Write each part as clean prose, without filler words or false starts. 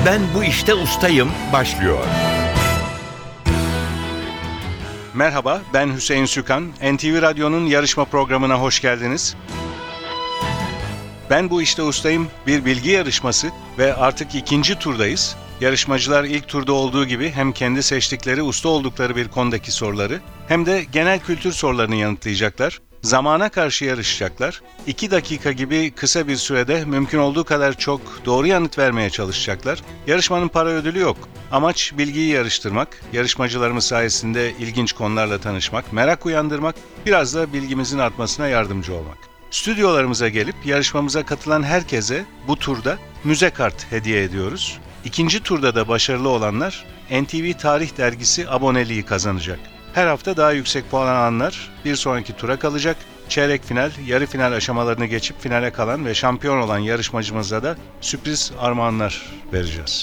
Ben bu işte ustayım başlıyor. Merhaba, ben Hüseyin Sükan. NTV Radyo'nun yarışma programına hoş geldiniz. Ben bu işte ustayım bir bilgi yarışması ve artık ikinci turdayız. Yarışmacılar ilk turda olduğu gibi hem kendi seçtikleri, usta oldukları bir konudaki soruları hem de genel kültür sorularını yanıtlayacaklar. Zamana karşı yarışacaklar. 2 dakika gibi kısa bir sürede mümkün olduğu kadar çok doğru yanıt vermeye çalışacaklar. Yarışmanın para ödülü yok. Amaç bilgiyi yarıştırmak, yarışmacılarımız sayesinde ilginç konularla tanışmak, merak uyandırmak, biraz da bilgimizin artmasına yardımcı olmak. Stüdyolarımıza gelip yarışmamıza katılan herkese bu turda müze kart hediye ediyoruz. İkinci turda da başarılı olanlar NTV Tarih Dergisi aboneliği kazanacak. Her hafta daha yüksek puan alanlar bir sonraki tura kalacak. Çeyrek final, yarı final aşamalarını geçip finale kalan ve şampiyon olan yarışmacımıza da sürpriz armağanlar vereceğiz.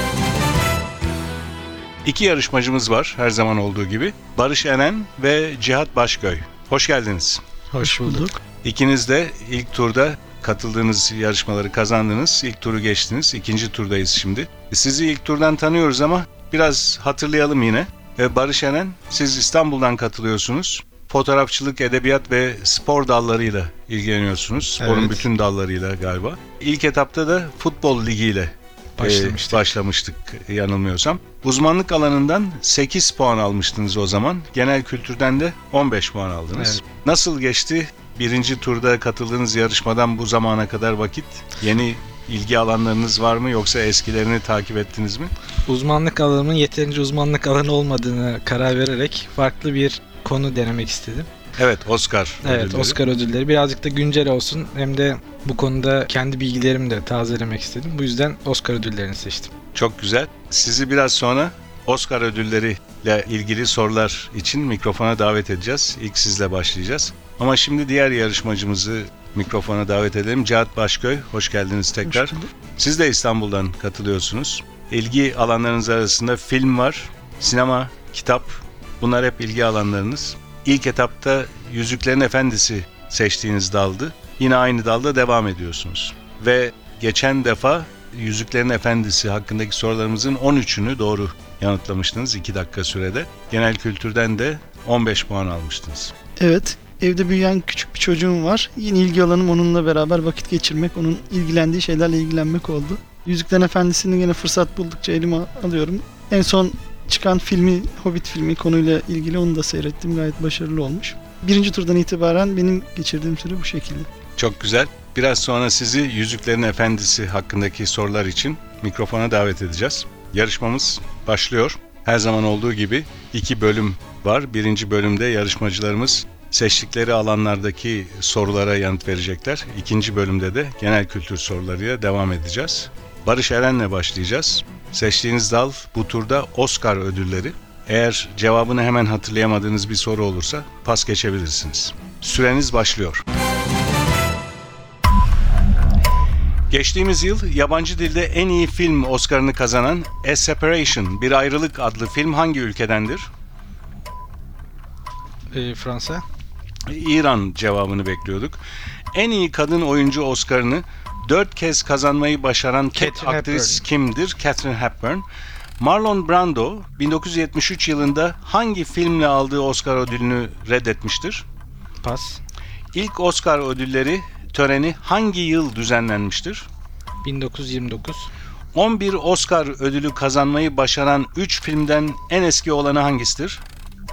2 yarışmacımız var her zaman olduğu gibi. Barış Eren ve Cihat Başköy. Hoş geldiniz. Hoş bulduk. İkiniz de ilk turda katıldığınız yarışmaları kazandınız. İlk turu geçtiniz. İkinci turdayız şimdi. Sizi ilk turdan tanıyoruz ama biraz hatırlayalım yine. Barış Eren, siz İstanbul'dan katılıyorsunuz. Fotoğrafçılık, edebiyat ve spor dallarıyla ilgileniyorsunuz. Sporun Evet. bütün dallarıyla galiba. İlk etapta da futbol ligiyle başlamıştık yanılmıyorsam. Uzmanlık alanından 8 puan almıştınız o zaman. Genel kültürden de 15 puan aldınız. Evet. Nasıl geçti? Birinci turda katıldığınız yarışmadan bu zamana kadar vakit. Yeni ilgi alanlarınız var mı yoksa eskilerini takip ettiniz mi? Uzmanlık alanımın yeterince uzmanlık alanı olmadığını karar vererek farklı bir konu denemek istedim. Evet, Oscar Evet, ödülleri. Oscar ödülleri birazcık da güncel olsun, hem de bu konuda kendi bilgilerimi de tazelemek istedim. Bu yüzden Oscar ödüllerini seçtim. Çok güzel. Sizi biraz sonra Oscar ödülleriyle ilgili sorular için mikrofona davet edeceğiz. İlk sizle başlayacağız. Ama şimdi diğer yarışmacımızı mikrofona davet edelim. Cihat Başköy, hoş geldiniz tekrar. Hoş bulduk. Siz de İstanbul'dan katılıyorsunuz. İlgi alanlarınız arasında film var, sinema, kitap. Bunlar hep ilgi alanlarınız. İlk etapta Yüzüklerin Efendisi seçtiğiniz daldı. Yine aynı dalda devam ediyorsunuz. Ve geçen defa Yüzüklerin Efendisi hakkındaki sorularımızın 13'ünü doğru yanıtlamıştınız 2 dakika sürede. Genel kültürden de 15 puan almıştınız. Evet, evde büyüyen küçük bir çocuğum var. Yine ilgi alanım onunla beraber vakit geçirmek, onun ilgilendiği şeylerle ilgilenmek oldu. Yüzüklerin Efendisi'ni yine fırsat buldukça elime alıyorum. En son çıkan filmi, Hobbit filmi konuyla ilgili onu da seyrettim. Gayet başarılı olmuş. Birinci turdan itibaren benim geçirdiğim süre bu şekilde. Çok güzel. Biraz sonra sizi Yüzüklerin Efendisi hakkındaki sorular için mikrofona davet edeceğiz. Yarışmamız başlıyor. Her zaman olduğu gibi 2 bölüm var. Birinci bölümde yarışmacılarımız seçtikleri alanlardaki sorulara yanıt verecekler. İkinci bölümde de genel kültür sorularıyla devam edeceğiz. Barış Eren'le başlayacağız. Seçtiğiniz dal bu turda Oscar ödülleri. Eğer cevabını hemen hatırlayamadığınız bir soru olursa pas geçebilirsiniz. Süreniz başlıyor. Geçtiğimiz yıl yabancı dilde en iyi film Oscar'ını kazanan A Separation, Bir Ayrılık adlı film hangi ülkedendir? Fransa. İran cevabını bekliyorduk. En iyi kadın oyuncu Oscar'ını 4 kez kazanmayı başaran tek Catherine aktris Hepburn. kimdir? Catherine Hepburn. Marlon Brando 1973 yılında hangi filmle aldığı Oscar ödülünü reddetmiştir? Pas. İlk Oscar ödülleri töreni hangi yıl düzenlenmiştir? 1929. 11 Oscar ödülü kazanmayı başaran 3 filmden en eski olanı hangisidir?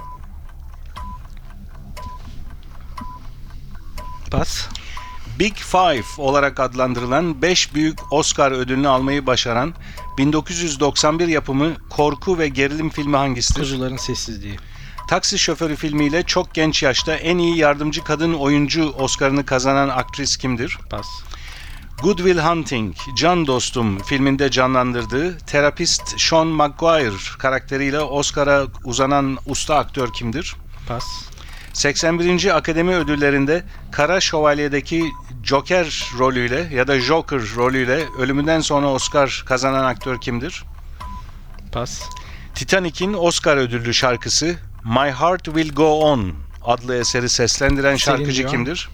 Pas. Big Five olarak adlandırılan 5 büyük Oscar ödülünü almayı başaran 1991 yapımı korku ve gerilim filmi hangisidir? Kuzuların Sessizliği. Taksi Şoförü filmiyle çok genç yaşta en iyi yardımcı kadın oyuncu Oscar'ını kazanan aktris kimdir? Pas. Good Will Hunting, Can Dostum filminde canlandırdığı terapist Sean Maguire karakteriyle Oscar'a uzanan usta aktör kimdir? Pas. 81. Akademi Ödülleri'nde Kara Şövalye'deki Joker rolüyle ya da Joker rolüyle ölümünden sonra Oscar kazanan aktör kimdir? Pas. Titanic'in Oscar ödüllü şarkısı My Heart Will Go On adlı eseri seslendiren şarkıcı Dion. kimdir?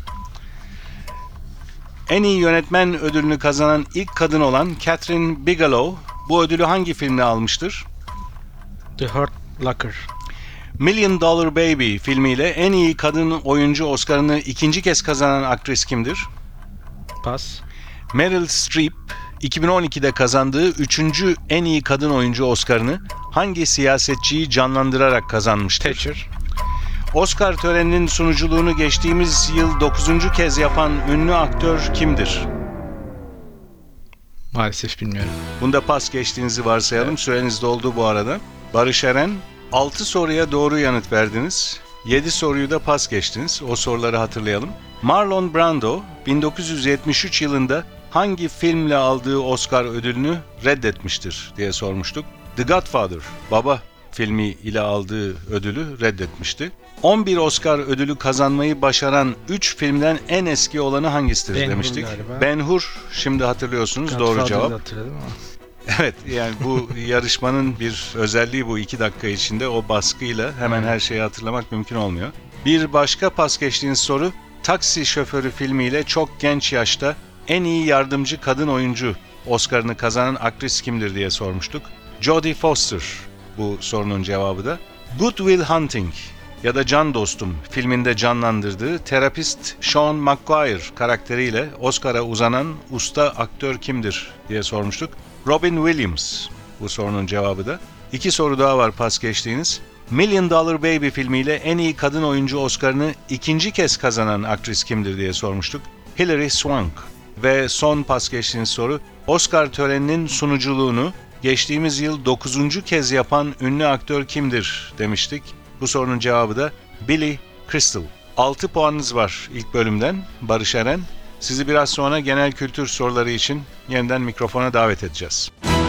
En iyi yönetmen ödülünü kazanan ilk kadın olan Catherine Bigelow bu ödülü hangi filmle almıştır? The Hurt Locker. Million Dollar Baby filmiyle en iyi kadın oyuncu Oscar'ını ikinci kez kazanan aktris kimdir? Pas. Meryl Streep 2012'de kazandığı 3. en iyi kadın oyuncu Oscar'ını hangi siyasetçiyi canlandırarak kazanmıştır? Thatcher. Oscar töreninin sunuculuğunu geçtiğimiz yıl 9. kez yapan ünlü aktör kimdir? Maalesef bilmiyorum. Bunda pas geçtiğinizi varsayalım. Evet. Süreniz doldu bu arada. Barış Eren, 6 soruya doğru yanıt verdiniz. 7 soruyu da pas geçtiniz. O soruları hatırlayalım. Marlon Brando 1973 yılında hangi filmle aldığı Oscar ödülünü reddetmiştir diye sormuştuk. The Godfather, Baba filmi ile aldığı ödülü reddetmişti. 11 Oscar ödülü kazanmayı başaran 3 filmden en eski olanı hangisidir Ben-Hur demiştik. galiba. Ben-Hur, şimdi hatırlıyorsunuz. Doğru Godfather'ı cevap. da hatırladım ama. Evet, yani bu yarışmanın bir özelliği bu, 2 dakika içinde o baskıyla hemen her şeyi hatırlamak mümkün olmuyor. Bir başka pas geçtiğiniz soru, Taksi Şoförü filmiyle çok genç yaşta en iyi yardımcı kadın oyuncu Oscar'ını kazanan aktris kimdir diye sormuştuk. Jodie Foster bu sorunun cevabı da. Good Will Hunting ya da Can Dostum filminde canlandırdığı terapist Sean McGuire karakteriyle Oscar'a uzanan usta aktör kimdir diye sormuştuk. Robin Williams bu sorunun cevabı da. 2 soru daha var pas geçtiğiniz. Million Dollar Baby filmiyle en iyi kadın oyuncu Oscar'ını 2. kez kazanan aktris kimdir diye sormuştuk. Hilary Swank. Ve son pas geçtiğiniz soru, Oscar töreninin sunuculuğunu geçtiğimiz yıl 9. kez yapan ünlü aktör kimdir demiştik. Bu sorunun cevabı da Billy Crystal. 6 puanınız var ilk bölümden Barış Eren. Sizi biraz sonra genel kültür soruları için yeniden mikrofona davet edeceğiz.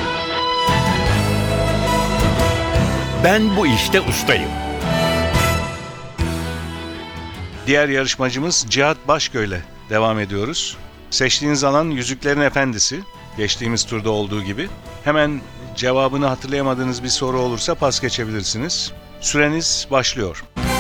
Ben bu işte ustayım. Diğer yarışmacımız Cihat Başgöl ile devam ediyoruz. Seçtiğiniz alan Yüzüklerin Efendisi. Geçtiğimiz turda olduğu gibi. Hemen cevabını hatırlayamadığınız bir soru olursa pas geçebilirsiniz. Süreniz başlıyor.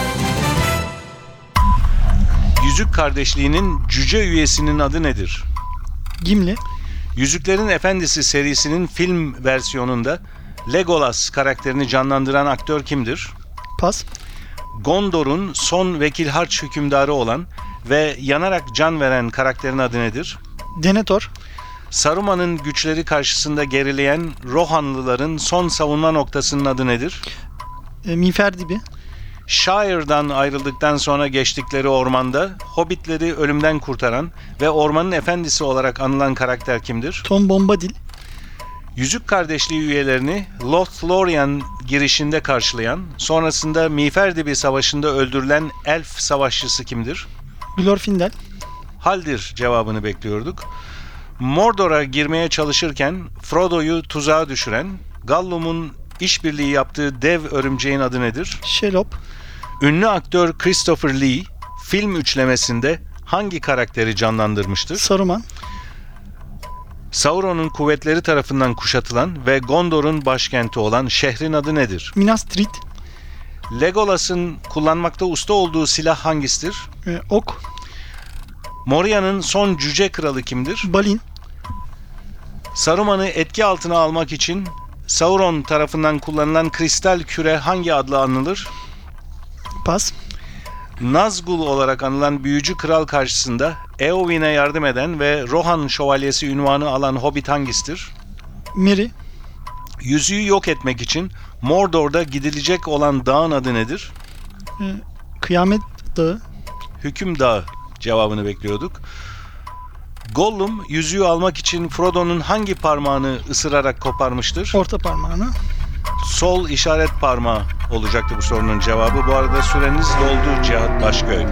Yüzük Kardeşliği'nin cüce üyesinin adı nedir? Gimli. Yüzüklerin Efendisi serisinin film versiyonunda Legolas karakterini canlandıran aktör kimdir? Pas. Gondor'un son vekil harç hükümdarı olan ve yanarak can veren karakterin adı nedir? Denethor. Saruman'ın güçleri karşısında gerileyen Rohanlıların son savunma noktasının adı nedir? Miğfer Dibi. Shire'dan ayrıldıktan sonra geçtikleri ormanda Hobbitleri ölümden kurtaran ve ormanın efendisi olarak anılan karakter kimdir? Tom Bombadil. Yüzük Kardeşliği üyelerini Lothlorien girişinde karşılayan, sonrasında Miğferdibi Savaşı'nda öldürülen elf savaşçısı kimdir? Glorfindel. Haldir cevabını bekliyorduk. Mordor'a girmeye çalışırken Frodo'yu tuzağa düşüren, Gollum'un işbirliği yaptığı dev örümceğin adı nedir? Shelob. Ünlü aktör Christopher Lee, film üçlemesinde hangi karakteri canlandırmıştır? Saruman. Sauron'un kuvvetleri tarafından kuşatılan ve Gondor'un başkenti olan şehrin adı nedir? Minas Tirith. Legolas'ın kullanmakta usta olduğu silah hangisidir? Ok. Moria'nın son cüce kralı kimdir? Balin. Saruman'ı etki altına almak için Sauron tarafından kullanılan kristal küre hangi adla anılır? Pas. Nazgul olarak anılan büyücü kral karşısında Eowyn'e yardım eden ve Rohan şövalyesi unvanı alan hobbit hangisidir? Merry. Yüzüğü yok etmek için Mordor'da gidilecek olan dağın adı nedir? Kıyamet Dağı. Hüküm Dağı cevabını bekliyorduk. Gollum yüzüğü almak için Frodo'nun hangi parmağını ısırarak koparmıştır? Orta parmağını. Sol işaret parmağı olacaktı bu sorunun cevabı. Bu arada süreniz doldu Cihat Başgöl.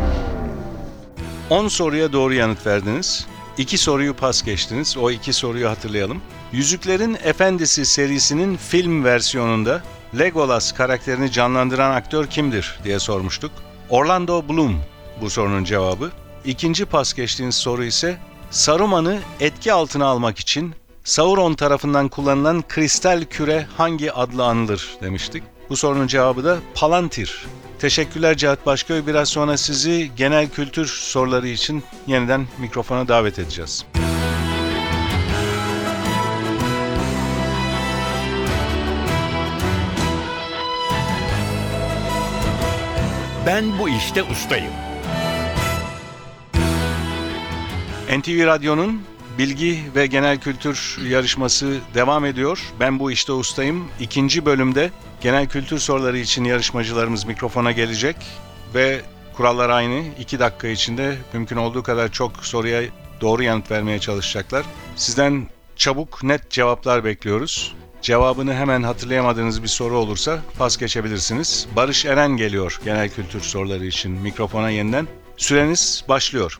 10 soruya doğru yanıt verdiniz. 2 soruyu pas geçtiniz. O 2 soruyu hatırlayalım. Yüzüklerin Efendisi serisinin film versiyonunda Legolas karakterini canlandıran aktör kimdir diye sormuştuk. Orlando Bloom bu sorunun cevabı. İkinci pas geçtiğiniz soru ise Saruman'ı etki altına almak için Sauron tarafından kullanılan kristal küre hangi adla anılır demiştik. Bu sorunun cevabı da Palantir. Teşekkürler Cihat Başköy. Biraz sonra sizi genel kültür soruları için yeniden mikrofona davet edeceğiz. Ben bu işte ustayım. NTV Radyo'nun bilgi ve genel kültür yarışması devam ediyor. Ben bu işte ustayım. İkinci bölümde genel kültür soruları için yarışmacılarımız mikrofona gelecek ve kurallar aynı. 2 dakika içinde mümkün olduğu kadar çok soruya doğru yanıt vermeye çalışacaklar. Sizden çabuk, net cevaplar bekliyoruz. Cevabını hemen hatırlayamadığınız bir soru olursa pas geçebilirsiniz. Barış Eren geliyor genel kültür soruları için mikrofona yeniden. Süreniz başlıyor.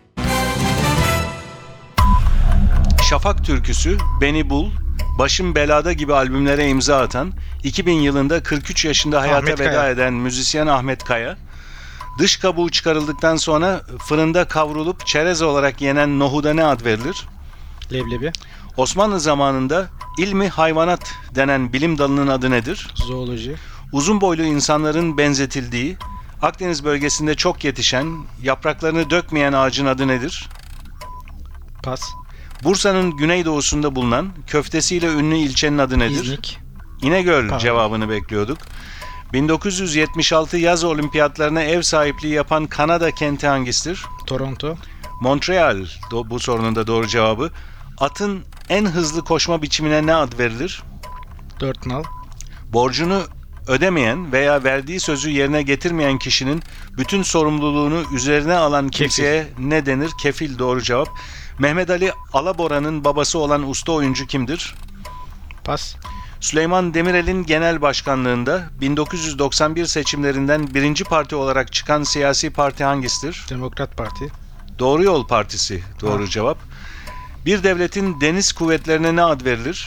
Şafak Türküsü, Beni Bul, Başım Belada gibi albümlere imza atan, 2000 yılında 43 yaşında hayata Ahmet veda Kaya. eden müzisyen Ahmet Kaya, dış kabuğu çıkarıldıktan sonra fırında kavrulup çerez olarak yenen nohuda ne ad verilir? Leblebi. Osmanlı zamanında ilmi hayvanat denen bilim dalının adı nedir? Zooloji. Uzun boylu insanların benzetildiği, Akdeniz bölgesinde çok yetişen, yapraklarını dökmeyen ağacın adı nedir? Pas. Bursa'nın güneydoğusunda bulunan, köftesiyle ünlü ilçenin adı nedir? İznik. İnegöl Pardon. cevabını bekliyorduk. 1976 yaz olimpiyatlarına ev sahipliği yapan Kanada kenti hangisidir? Toronto. Montreal bu sorunun da doğru cevabı. Atın en hızlı koşma biçimine ne ad verilir? 4 nal. Borcunu ödemeyen veya verdiği sözü yerine getirmeyen kişinin bütün sorumluluğunu üzerine alan kimseye ne denir? Kefil doğru cevap. Mehmet Ali Alabora'nın babası olan usta oyuncu kimdir? Pas. Süleyman Demirel'in genel başkanlığında 1991 seçimlerinden birinci parti olarak çıkan siyasi parti hangisidir? Demokrat Parti. Doğru Yol Partisi doğru Ha. cevap. Bir devletin deniz kuvvetlerine ne ad verilir?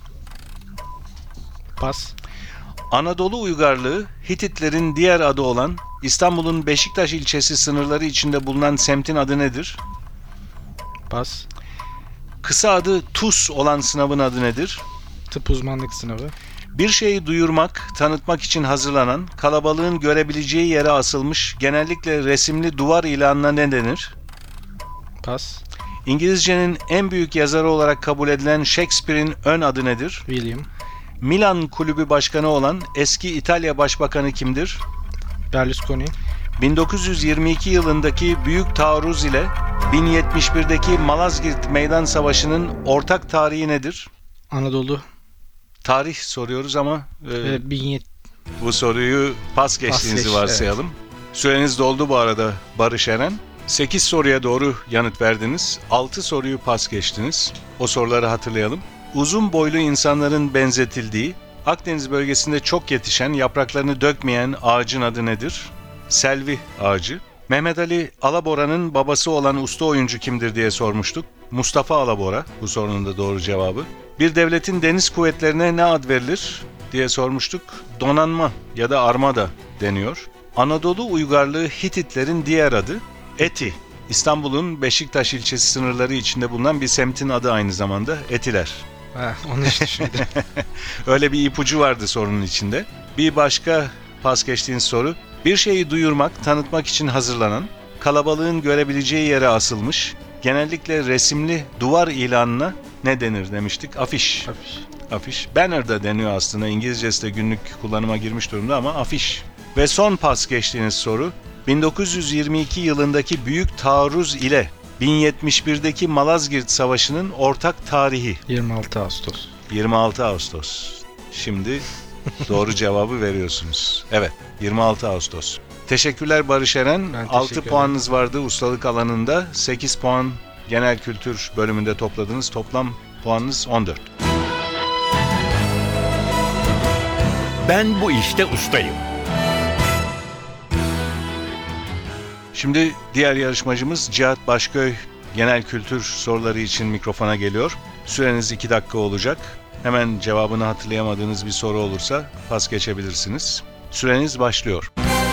Pas. Anadolu uygarlığı Hititlerin diğer adı olan İstanbul'un Beşiktaş ilçesi sınırları içinde bulunan semtin adı nedir? Pas. Kısa adı TUS olan sınavın adı nedir? Tıp uzmanlık sınavı. Bir şeyi duyurmak, tanıtmak için hazırlanan, kalabalığın görebileceği yere asılmış, genellikle resimli duvar ilanına ne denir? Pas. İngilizcenin en büyük yazarı olarak kabul edilen Shakespeare'in ön adı nedir? William. Milan kulübü başkanı olan eski İtalya Başbakanı kimdir? Berlusconi. 1922 yılındaki Büyük Taarruz ile 1071'deki Malazgirt Meydan Savaşı'nın ortak tarihi nedir? Anadolu. Tarih soruyoruz ama 1700. bu soruyu pas geçtiğinizi geç, varsayalım. Süreniz doldu bu arada Barış Eren. 8 soruya doğru yanıt verdiniz. 6 soruyu pas geçtiniz. O soruları hatırlayalım. Uzun boylu insanların benzetildiği, Akdeniz bölgesinde çok yetişen, yapraklarını dökmeyen ağacın adı nedir? Selvi ağacı. Mehmet Ali Alabora'nın babası olan usta oyuncu kimdir diye sormuştuk. Mustafa Alabora bu sorunun da doğru cevabı. Bir devletin deniz kuvvetlerine ne ad verilir diye sormuştuk. Donanma ya da armada deniyor. Anadolu uygarlığı Hititlerin diğer adı Eti. İstanbul'un Beşiktaş ilçesi sınırları içinde bulunan bir semtin adı aynı zamanda Etiler. Onu hiç düşünmedim. Öyle bir ipucu vardı sorunun içinde. Bir başka pas geçtiğiniz soru. Bir şeyi duyurmak, tanıtmak için hazırlanan, kalabalığın görebileceği yere asılmış, genellikle resimli duvar ilanına ne denir demiştik? Afiş. Afiş. Banner da deniyor aslında. İngilizcesi de günlük kullanıma girmiş durumda ama afiş. Ve son pas geçtiğiniz soru. 1922 yılındaki Büyük Taarruz ile 1071'deki Malazgirt Savaşı'nın ortak tarihi. 26 Ağustos. 26 Ağustos. Şimdi doğru cevabı veriyorsunuz. Evet, 26 Ağustos. Teşekkürler Barış Eren. Ben 6 teşekkür puanınız vardı ustalık alanında. 8 puan genel kültür bölümünde topladınız. Toplam puanınız 14. Ben bu işte ustayım. Şimdi diğer yarışmacımız Cihat Başköy genel kültür soruları için mikrofona geliyor. Süreniz 2 dakika olacak. Hemen cevabını hatırlayamadığınız bir soru olursa pas geçebilirsiniz. Süreniz başlıyor.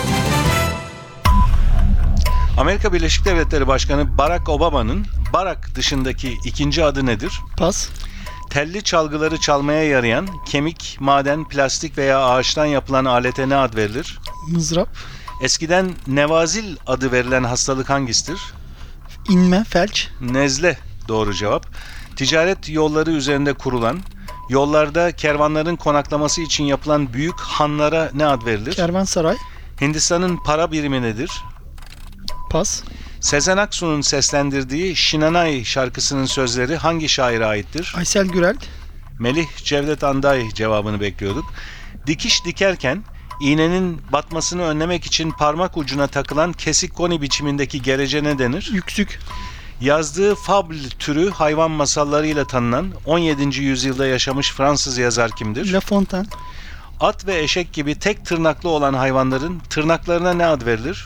Amerika Birleşik Devletleri Başkanı Barack Obama'nın Barack dışındaki ikinci adı nedir? Pas. Telli çalgıları çalmaya yarayan kemik, maden, plastik veya ağaçtan yapılan alete ne ad verilir? Mızrap. Eskiden nevazil adı verilen hastalık hangisidir? İnme, felç. Nezle doğru cevap. Ticaret yolları üzerinde kurulan, yollarda kervanların konaklaması için yapılan büyük hanlara ne ad verilir? Kervansaray. Hindistan'ın para birimi nedir? Pas. Sezen Aksu'nun seslendirdiği Şinanay şarkısının sözleri hangi şaire aittir? Aysel Gürel. Melih Cevdet Anday cevabını bekliyorduk. Dikiş dikerken iğnenin batmasını önlemek için parmak ucuna takılan kesik koni biçimindeki gerece ne denir? Yüksük. Yazdığı fabl türü hayvan masallarıyla tanınan 17. yüzyılda yaşamış Fransız yazar kimdir? La Fontaine. At ve eşek gibi tek tırnaklı olan hayvanların tırnaklarına ne ad verilir?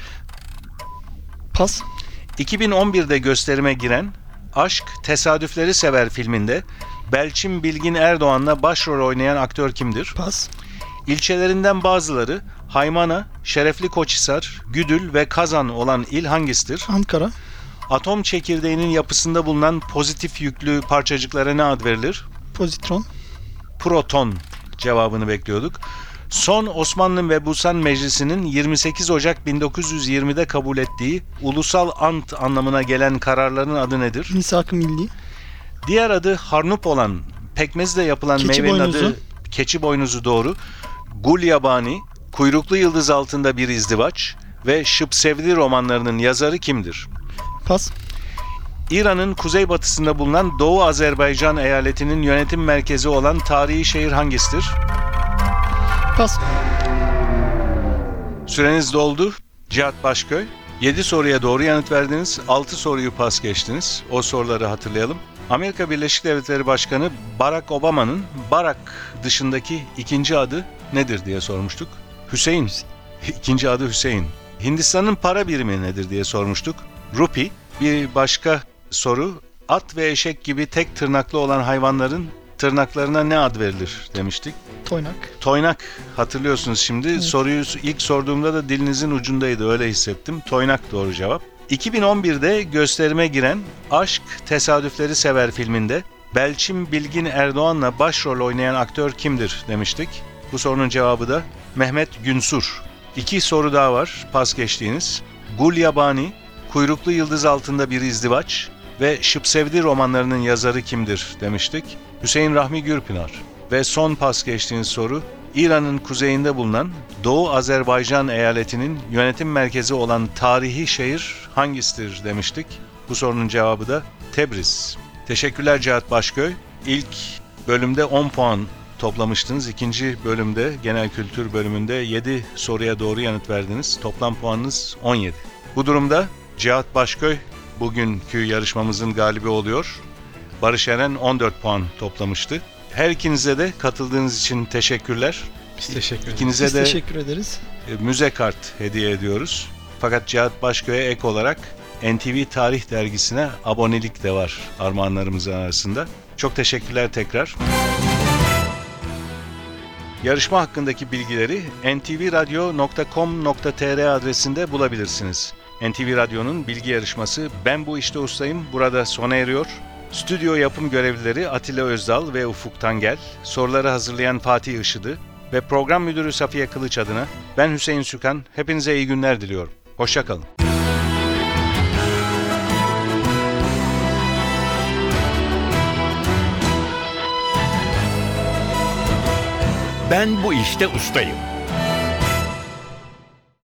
Pas. 2011'de gösterime giren Aşk Tesadüfleri Sever filminde Belçin Bilgin Erdoğan'la başrol oynayan aktör kimdir? Pas. İlçelerinden bazıları Haymana, Şerefli Koçhisar, Güdül ve Kazan olan il hangisidir? Ankara. Atom çekirdeğinin yapısında bulunan pozitif yüklü parçacıklara ne ad verilir? Pozitron. Proton cevabını bekliyorduk. Son Osmanlı Mebusan Meclisi'nin 28 Ocak 1920'de kabul ettiği ulusal ant anlamına gelen kararların adı nedir? Misak-ı Milli. Diğer adı harnup olan, pekmezle yapılan Keçi meyvenin boynuzu. adı keçi boynuzu doğru. Gulyabani, Kuyruklu Yıldız Altında Bir İzdivaç ve Şıpsevli romanlarının yazarı kimdir? Pas. İran'ın kuzeybatısında bulunan Doğu Azerbaycan eyaletinin yönetim merkezi olan tarihi şehir hangisidir? Pas. Süreniz doldu. Cihat Başköy. 7 soruya doğru yanıt verdiniz. 6 soruyu pas geçtiniz. O soruları hatırlayalım. Amerika Birleşik Devletleri Başkanı Barack Obama'nın Barack dışındaki ikinci adı nedir diye sormuştuk. Hüseyin. İkinci adı Hüseyin. Hindistan'ın para birimi nedir diye sormuştuk. Rupi. Bir başka soru. At ve eşek gibi tek tırnaklı olan hayvanların tırnaklarına ne ad verilir demiştik. Toynak. Toynak, hatırlıyorsunuz şimdi. Evet. Soruyu ilk sorduğumda da dilinizin ucundaydı, öyle hissettim. Toynak doğru cevap. 2011'de gösterime giren Aşk Tesadüfleri Sever filminde Belçin Bilgin Erdoğan'la başrol oynayan aktör kimdir demiştik. Bu sorunun cevabı da Mehmet Günsur. 2 soru daha var pas geçtiğiniz. Gulyabani, Kuyruklu Yıldız Altında Bir İzdivaç ve Şıpsevli romanlarının yazarı kimdir demiştik. Hüseyin Rahmi Gürpınar. Ve son pas geçtiğiniz soru, İran'ın kuzeyinde bulunan Doğu Azerbaycan eyaletinin yönetim merkezi olan tarihi şehir hangisidir demiştik. Bu sorunun cevabı da Tebriz. Teşekkürler Cihat Başköy. İlk bölümde 10 puan toplamıştınız. İkinci bölümde, genel kültür bölümünde 7 soruya doğru yanıt verdiniz. Toplam puanınız 17. Bu durumda Cihat Başköy bugünkü yarışmamızın galibi oluyor. Barış Eren 14 puan toplamıştı. Her ikinize de katıldığınız için teşekkürler. Biz teşekkür ederiz. İkinize Biz de teşekkür ederiz. müze kart hediye ediyoruz. Fakat Cihat Başköy'e ek olarak NTV Tarih Dergisi'ne abonelik de var armağanlarımızın arasında. Çok teşekkürler tekrar. Yarışma hakkındaki bilgileri ntvradio.com.tr adresinde bulabilirsiniz. NTV Radyo'nun bilgi yarışması Ben Bu İşte Ustayım burada sona eriyor. Stüdyo yapım görevlileri Atilla Özdal ve Ufuk Tangel, soruları hazırlayan Fatih Işıdı ve program müdürü Safiye Kılıç adına ben Hüseyin Sükan, hepinize iyi günler diliyorum. Hoşça kalın. Ben bu işte ustayım.